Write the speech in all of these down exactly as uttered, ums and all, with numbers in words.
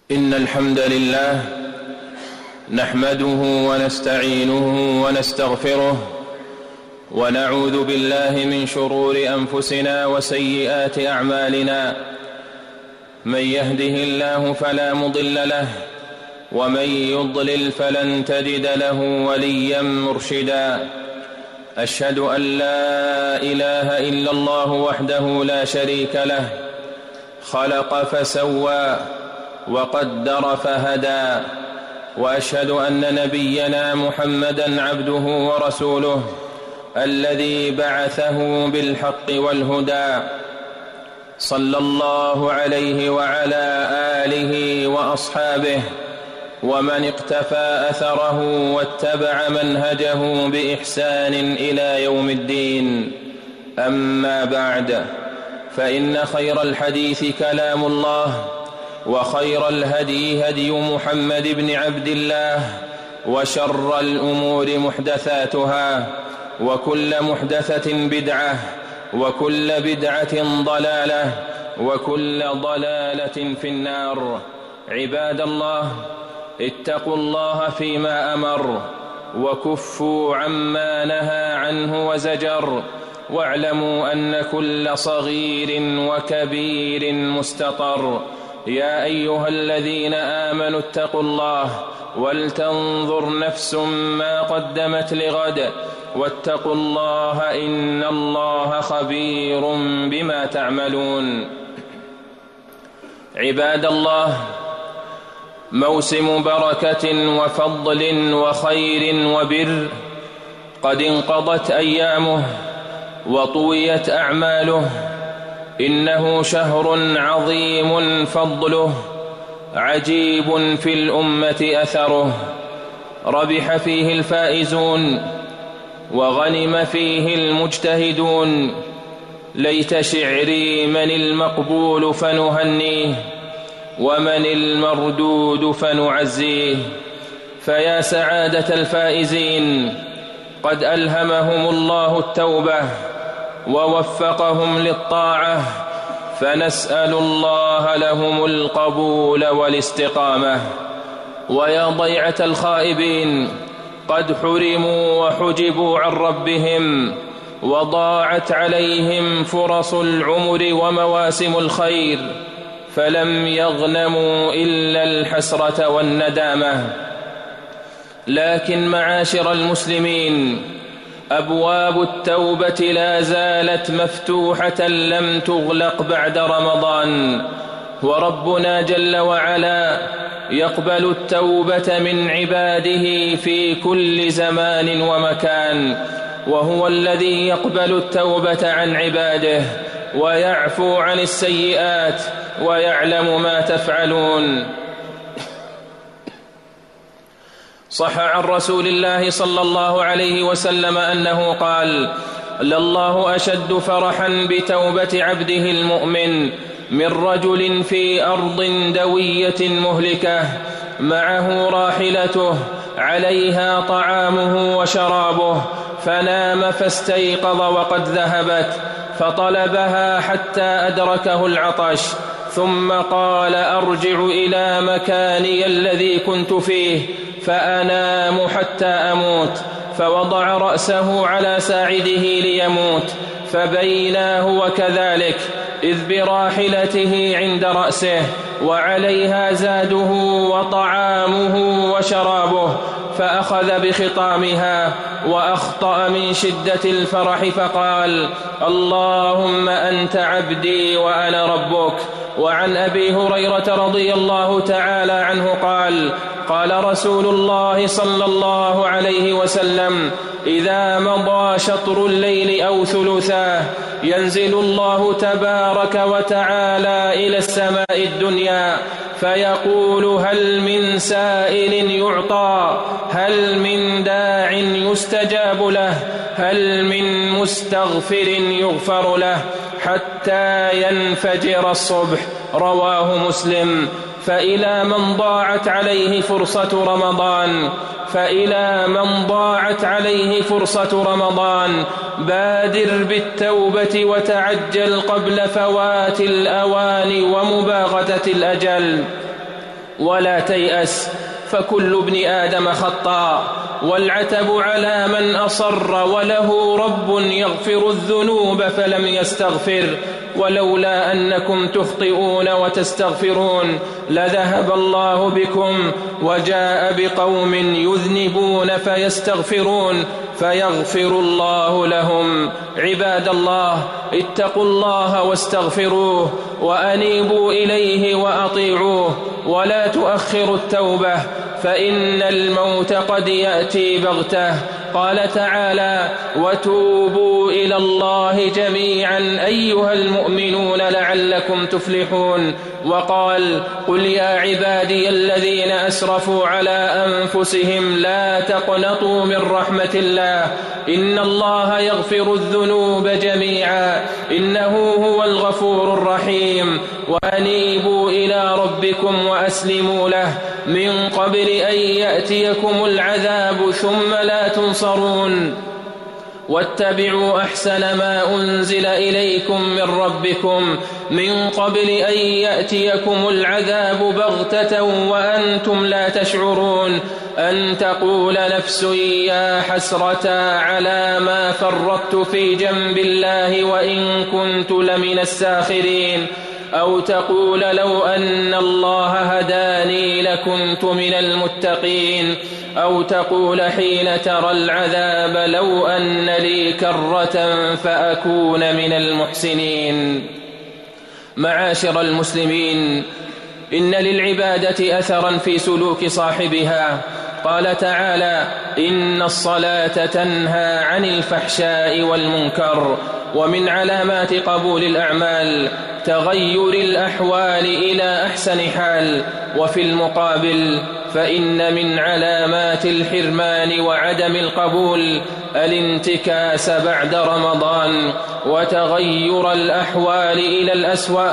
إن الحمد لله نحمده ونستعينه ونستغفره ونعوذ بالله من شرور أنفسنا وسيئات أعمالنا. من يهده الله فلا مضل له ومن يضلل فلن تجد له وليا مرشدا. أشهد أن لا إله إلا الله وحده لا شريك له، خلق فسوى وقدر فهدى. وأشهد أن نبينا محمدًا عبده ورسوله الذي بعثه بالحق والهدى، صلى الله عليه وعلى آله وأصحابه ومن اقتفى أثره واتبع منهجه بإحسان إلى يوم الدين. أما بعد، فإن خير الحديث كلام الله، وخير الهدي هدي محمد بن عبد الله، وشر الأمور محدثاتها، وكل محدثة بدعة، وكل بدعة ضلالة، وكل ضلالة في النار. عباد الله، اتقوا الله فيما أمر، وكفوا عما نهى عنه وزجر، واعلموا أن كل صغير وكبير مستطر. يا أيها الذين آمنوا اتقوا الله ولتنظر نفس ما قدمت لغد، واتقوا الله إن الله خبير بما تعملون. عباد الله، موسم بركة وفضل وخير وبر قد انقضت أيامه وطويت أعماله. إنه شهر عظيم فضله، عجيب في الأمة أثره. ربح فيه الفائزون وغنم فيه المجتهدون. ليت شعري من المقبول فنهنيه، ومن المردود فنعزيه. فيا سعادة الفائزين، قد ألهمهم الله التوبة ووفقهم للطاعة، فنسأل الله لهم القبول والاستقامة. ويا ضيعة الخائبين، قد حرموا وحجبوا عن ربهم، وضاعت عليهم فرص العمر ومواسم الخير، فلم يغنموا إلا الحسرة والندامة. لكن معاشر المسلمين، أبواب التوبة لا زالت مفتوحة لم تغلق بعد رمضان، وربنا جل وعلا يقبل التوبة من عباده في كل زمان ومكان، وهو الذي يقبل التوبة عن عباده ويعفو عن السيئات ويعلم ما تفعلون. صح عن رسول الله صلى الله عليه وسلم أنه قال: لله أشد فرحا بتوبة عبده المؤمن من رجل في أرض دوية مهلكة معه راحلته عليها طعامه وشرابه، فنام فاستيقظ وقد ذهبت، فطلبها حتى أدركه العطش، ثم قال: أرجع إلى مكاني الذي كنت فيه فأنام حتى أموت. فوضع رأسه على ساعده ليموت، فبينا هو كذلك إذ براحلته عند رأسه وعليها زاده وطعامه وشرابه، فأخذ بخطامها وأخطأ من شدة الفرح فقال: اللهم أنت عبدي وأنا ربك. وعن أبي هريرة رضي الله تعالى عنه قال: قال رسول الله صلى الله عليه وسلم: إذا مضى شطر الليل أو ثلثاه ينزل الله تبارك وتعالى إلى السماء الدنيا فيقول: هل من سائل يعطى؟ هل من داع يستجاب له؟ هل من مستغفر يغفر له؟ حتى ينفجر الصبح. رواه مسلم. فإلى من ضاعت عليه فرصة رمضان فإلى من ضاعت عليه فرصة رمضان بادر بالتوبة وتعجل قبل فوات الأوان ومباغتة الأجل. ولا تيأس، فكل ابن آدم خطاء، والعتب على من أصر وله رب يغفر الذنوب فلم يستغفر، ولولا أنكم تخطئون وتستغفرون لذهب الله بكم وجاء بقوم يذنبون فيستغفرون فيغفر الله لهم. عباد الله، اتقوا الله واستغفروه وأنيبوا إليه وأطيعوه، ولا تؤخروا التوبة فإن الموت قد يأتي بغتة. قال تعالى: وتوبوا إلى الله جميعا أيها المؤمنون لعلكم تفلحون. وقال: قل يا عبادي الذين أسرفوا على أنفسهم لا تقنطوا من رحمة الله إن الله يغفر الذنوب جميعا إنه هو الغفور الرحيم. وأنيبوا إلى ربكم وأسلموا له من قبل أن يأتيكم العذاب ثم لا تنصرون. واتبعوا أحسن ما أنزل إليكم من ربكم من قبل أن يأتيكم العذاب بغتة وأنتم لا تشعرون، أن تقول نفس يا حسرة على ما فرطت في جنب الله وإن كنت لمن الساخرين، أو تقول لو أن الله هداني لكنت من المتقين، أو تقول حين ترى العذاب لو أن لي كرة فأكون من المحسنين. معاشر المسلمين، إن للعبادة أثرا في سلوك صاحبها. قال تعالى: إن الصلاة تنهى عن الفحشاء والمنكر. ومن علامات قبول الأعمال تغير الأحوال إلى أحسن حال. وفي المقابل فإن من علامات الحرمان وعدم القبول الانتكاس بعد رمضان وتغير الأحوال إلى الأسوأ،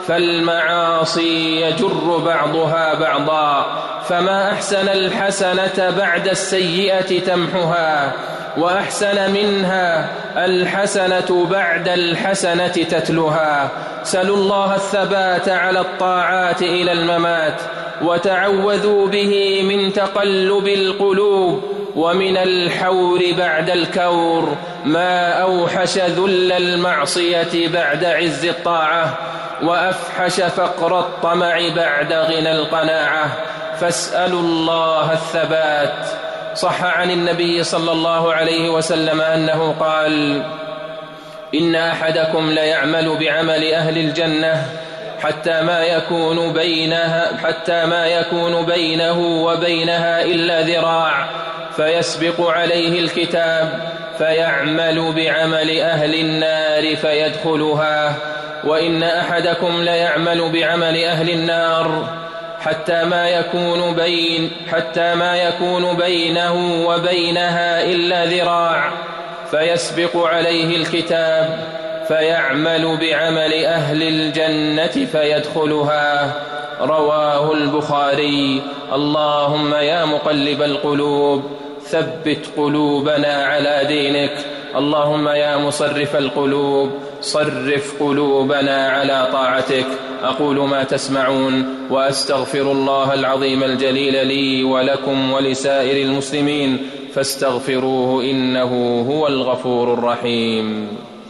فالمعاصي يجر بعضها بعضا، فما أحسن الحسنة بعد السيئة تمحها، وأحسن منها الحسنة بعد الحسنة تتلها. سلوا الله الثبات على الطاعات إلى الممات، وتعوذوا به من تقلب القلوب ومن الحور بعد الكور، ما أوحش ذل المعصية بعد عز الطاعة، وأفحش فقر الطمع بعد غنى القناعة، فاسألوا الله الثبات. صح عن النبي صلى الله عليه وسلم أنه قال: إن أحدكم ليعمل بعمل أهل الجنة حتى ما يكون بينها حتى ما يكون بينه وبينها إلا ذراع، فيسبق عليه الكتاب فيعمل بعمل أهل النار فيدخلها. وإن أحدكم ليعمل بعمل أهل النار حتى ما يكون بين حتى ما يكون بينه وبينها إلا ذراع، فيسبق عليه الكتاب فيعمل بعمل أهل الجنة فيدخلها. رواه البخاري. اللهم يا مقلب القلوب ثبت قلوبنا على دينك، اللهم يا مصرف القلوب صرف قلوبنا على طاعتك. أقول ما تسمعون وأستغفر الله العظيم الجليل لي ولكم ولسائر المسلمين، فاستغفروه إنه هو الغفور الرحيم.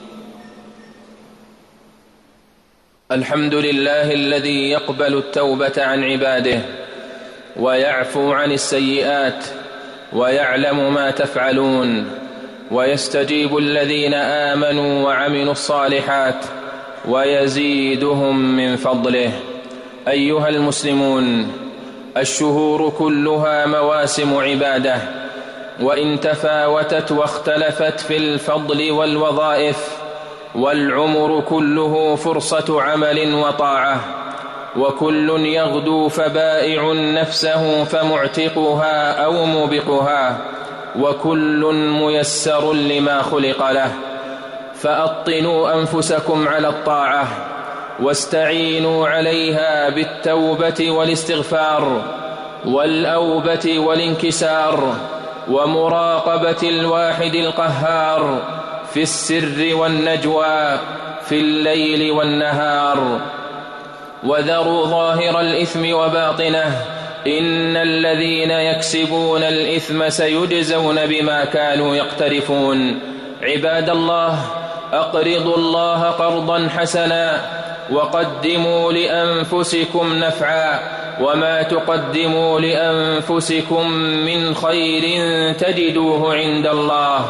الحمد لله الذي يقبل التوبة عن عباده ويعفو عن السيئات ويعلم ما تفعلون، ويستجيب الذين آمنوا وعملوا الصالحات ويزيدهم من فضله. أيها المسلمون، الشهور كلها مواسم عبادة، وإن تفاوتت واختلفت في الفضل والوظائف، والعمر كله فرصة عمل وطاعة، وكل يغدو فبائع نفسه فمعتقها أو موبقها، وكل ميسر لما خلق له. فأطنوا أنفسكم على الطاعة، واستعينوا عليها بالتوبة والاستغفار والأوبة والانكسار ومراقبة الواحد القهار في السر والنجوى، في الليل والنهار. وذروا ظاهر الإثم وباطنه، إن الذين يكسبون الإثم سيجزون بما كانوا يقترفون. عباد الله، أقرضوا الله قرضا حسنا وقدموا لأنفسكم نفعا، وما تقدموا لأنفسكم من خير تجدوه عند الله.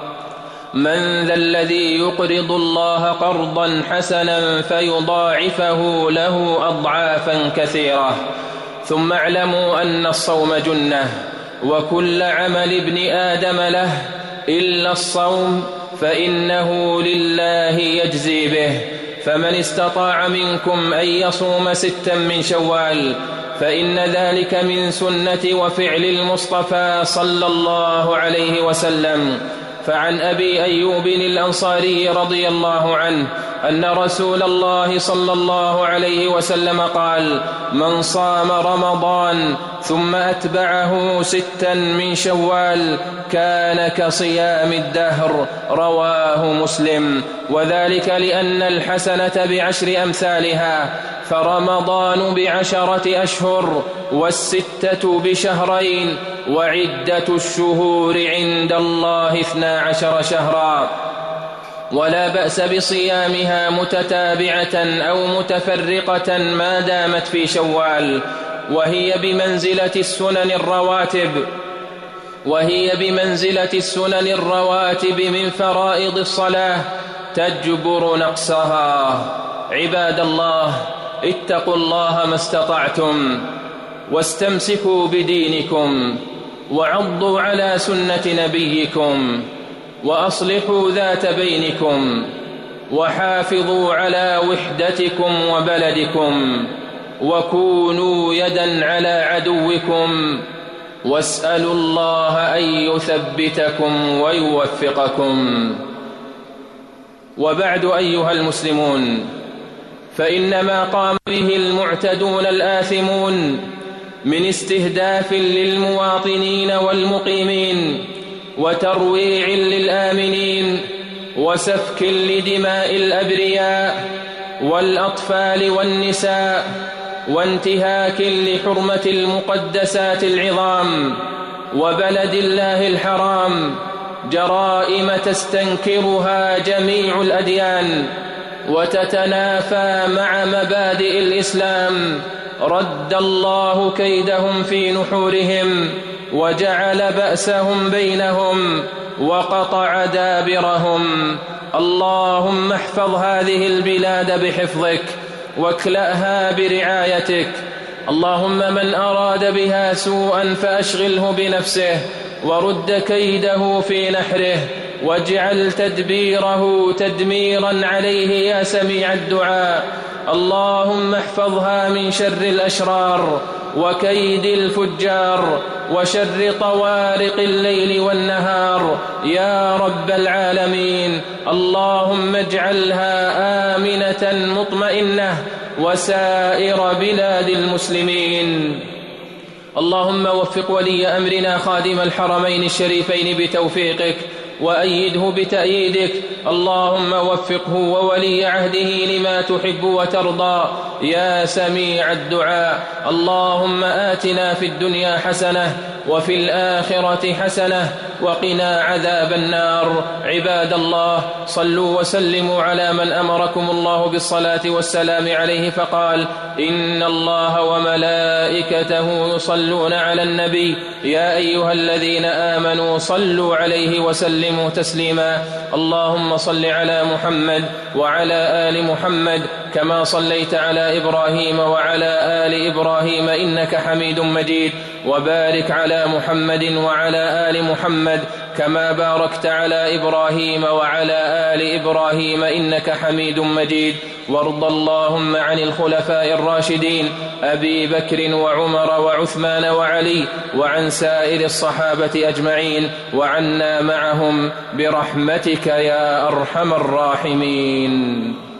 من ذا الذي يقرض الله قرضا حسنا فيضاعفه له أضعافا كثيرة؟ ثم اعلموا أن الصوم جنة، وكل عمل ابن آدم له إلا الصوم فإنه لله يجزي به. فمن استطاع منكم أن يصوم ستا من شوال فإن ذلك من سنة وفعل المصطفى صلى الله عليه وسلم. فعن أبي أيوب الأنصاري رضي الله عنه أن رسول الله صلى الله عليه وسلم قال: من صام رمضان ثم أتبعه ستا من شوال كان كصيام الدهر. رواه مسلم. وذلك لأن الحسنة بعشر أمثالها، فرمضان بعشرة أشهر والستة بشهرين، وعدة الشهور عند الله اثنا عشر شهرا. ولا بأس بصيامها متتابعة أو متفرقة ما دامت في شوال، وهي بمنزلة السنن الرواتب وهي بمنزلة السنن الرواتب من فرائض الصلاة تجبر نقصها. عباد الله، اتقوا الله ما استطعتم، واستمسكوا بدينكم، وعضوا على سنة نبيكم، وأصلحوا ذات بينكم، وحافظوا على وحدتكم وبلدكم، وكونوا يدا على عدوكم، واسألوا الله أن يثبتكم ويوفقكم. وبعد أيها المسلمون، فإن ما قام به المعتدون الآثمون من استهداف للمواطنين والمقيمين، وترويع للآمنين، وسفك لدماء الأبرياء والأطفال والنساء، وانتهاك لحرمة المقدسات العظام وبلد الله الحرام، جرائم تستنكرها جميع الأديان وتتنافى مع مبادئ الإسلام، رد الله كيدهم في نحورهم، وجعل بأسهم بينهم، وقطع دابرهم. اللهم احفظ هذه البلاد بحفظك، واكلأها برعايتك. اللهم من أراد بها سوءا فأشغله بنفسه، ورد كيده في نحره، واجعل تدبيره تدميرا عليه يا سميع الدعاء. اللهم احفظها من شر الأشرار وكيد الفجار وشر طوارق الليل والنهار يا رب العالمين. اللهم اجعلها آمنة مطمئنة وسائر بلاد المسلمين. اللهم وفق ولي أمرنا خادم الحرمين الشريفين بتوفيقك، وأيده بتأييدك. اللهم وفقه وولي عهده لما تحب وترضى يا سميع الدعاء. اللهم آتنا في الدنيا حسنة وفي الآخرة حسنة وقنا عذاب النار. عباد الله، صلوا وسلموا على من أمركم الله بالصلاة والسلام عليه فقال: إن الله وملائكته يصلون على النبي يا أيها الذين آمنوا صلوا عليه وسلموا تسليما. اللهم صل على محمد وعلى آل محمد كما صليت على إبراهيم وعلى آل إبراهيم إنك حميد مجيد، وبارك على محمد وعلى آل محمد كما باركت على إبراهيم وعلى آل إبراهيم إنك حميد مجيد. وارض اللهم عن الخلفاء الراشدين أبي بكر وعمر وعثمان وعلي، وعن سائر الصحابة أجمعين، وعنا معهم برحمتك يا أرحم الراحمين.